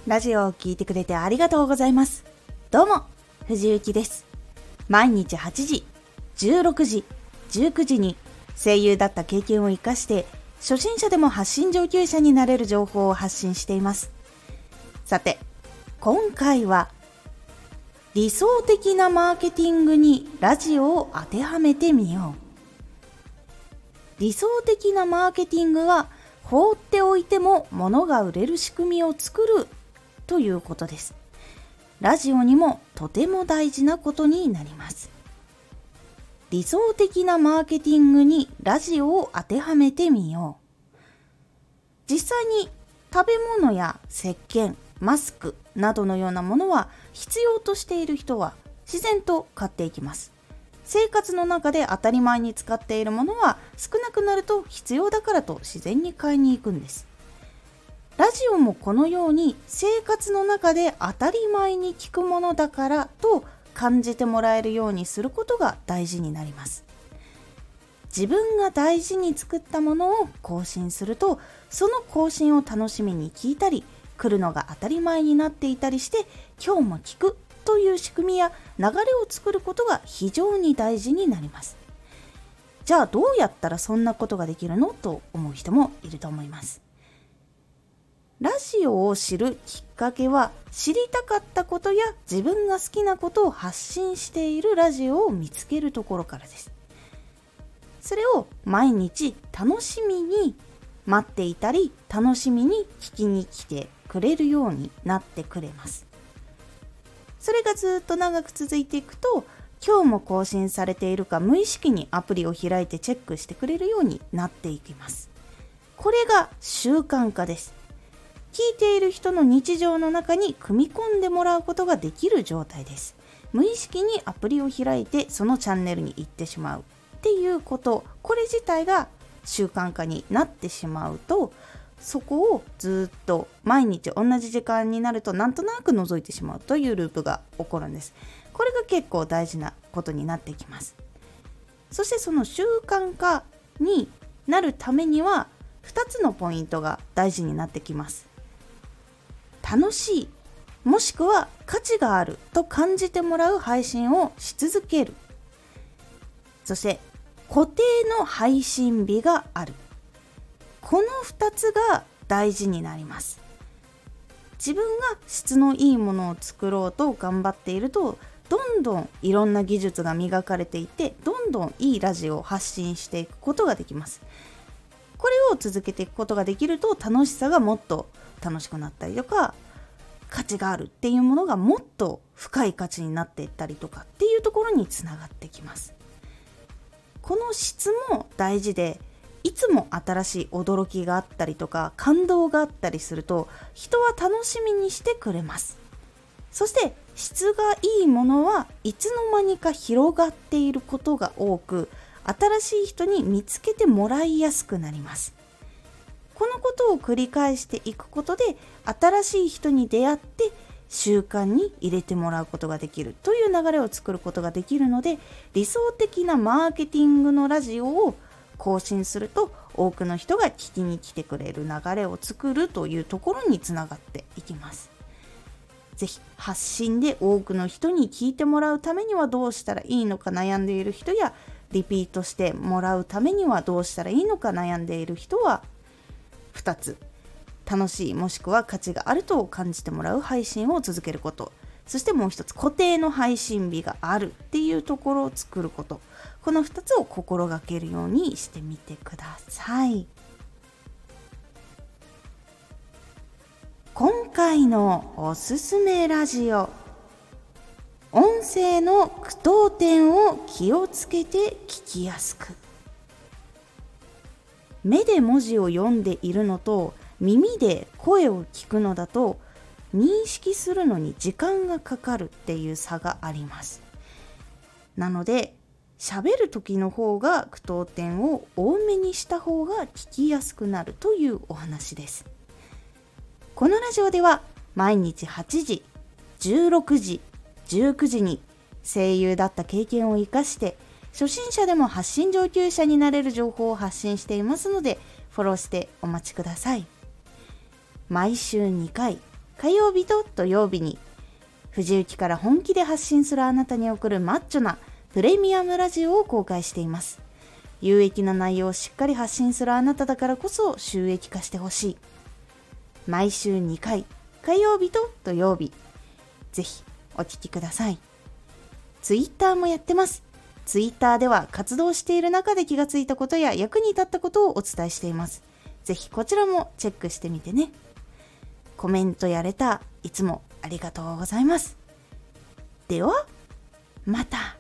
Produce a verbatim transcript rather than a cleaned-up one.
ラジオを聞いてくれてありがとうございます。どうも、藤幸です。毎日はちじ、じゅうろくじ、じゅうくじに声優だった経験を生かして初心者でも発信上級者になれる情報を発信しています。さて、今回は理想的なマーケティングにラジオを当てはめてみよう。理想的なマーケティングは放っておいても物が売れる仕組みを作るということです。ラジオにもとても大事なことになります。理想的なマーケティングにラジオを当てはめてみよう。実際に食べ物や石鹸、マスクなどのようなものは必要としている人は自然と買っていきます。生活の中で当たり前に使っているものは少なくなると必要だからと自然に買いに行くんです。ラジオもこのように生活の中で当たり前に聞くものだからと感じてもらえるようにすることが大事になります。自分が大事に作ったものを更新すると、その更新を楽しみに聞いたり、来るのが当たり前になっていたりして、今日も聞くという仕組みや流れを作ることが非常に大事になります。じゃあどうやったらそんなことができるのと思う人もいると思います。ラジオを知るきっかけは、知りたかったことや自分が好きなことを発信しているラジオを見つけるところからです。それを毎日楽しみに待っていたり、楽しみに聞きに来てくれるようになってくれます。それがずっと長く続いていくと、今日も更新されているか無意識にアプリを開いてチェックしてくれるようになっていきます。これが習慣化です。聞いている人の日常の中に組み込んでもらうことができる状態です。無意識にアプリを開いてそのチャンネルに行ってしまうっていうこと、これ自体が習慣化になってしまうと、そこをずっと毎日同じ時間になるとなんとなく覗いてしまうというループが起こるんです。これが結構大事なことになってきます。そしてその習慣化になるためにはふたつのポイントが大事になってきます。楽しい、もしくは価値があると感じてもらう配信をし続ける。そして固定の配信日がある。このふたつが大事になります。自分が質のいいものを作ろうと頑張っていると、どんどんいろんな技術が磨かれていて、どんどんいいラジオを発信していくことができます。これを続けていくことができると、楽しさがもっと楽しくなったりとか、価値があるっていうものがもっと深い価値になっていったりとかっていうところにつながってきます。この質も大事で、いつも新しい驚きがあったりとか感動があったりすると、人は楽しみにしてくれます。そして質がいいものはいつの間にか広がっていることが多く、新しい人に見つけてもらいやすくなります。このことを繰り返していくことで、新しい人に出会って習慣に入れてもらうことができるという流れを作ることができるので、理想的なマーケティングのラジオを更新すると、多くの人が聞きに来てくれる流れを作るというところにつながっていきます。ぜひ発信で多くの人に聞いてもらうためにはどうしたらいいのか悩んでいる人や、リピートしてもらうためにはどうしたらいいのか悩んでいる人は、ふたつ、楽しいもしくは価値があると感じてもらう配信を続けること、そしてもう一つ、固定の配信日があるっていうところを作ること、このふたつを心がけるようにしてみてください。今回のおすすめラジオ、音声の句読点を気をつけて聞きやすく。目で文字を読んでいるのと耳で声を聞くのだと、認識するのに時間がかかるっていう差があります。なので喋る時の方が句読点を多めにした方が聞きやすくなるというお話です。このラジオでは毎日はちじ、じゅうろくじ、じゅうくじに声優だった経験を生かして初心者でも発信上級者になれる情報を発信していますので、フォローしてお待ちください。毎週にかい、 火曜日と土曜日に藤雪から本気で発信するあなたに送るマッチョなプレミアムラジオを公開しています。有益な内容をしっかり発信するあなただからこそ収益化してほしい。毎週にかい、火曜日と土曜日、ぜひお聞きください。ツイッターもやってます。ツイッターでは活動している中で気がついたことや役に立ったことをお伝えしています。ぜひこちらもチェックしてみてね。コメントやレターいつもありがとうございます。ではまた。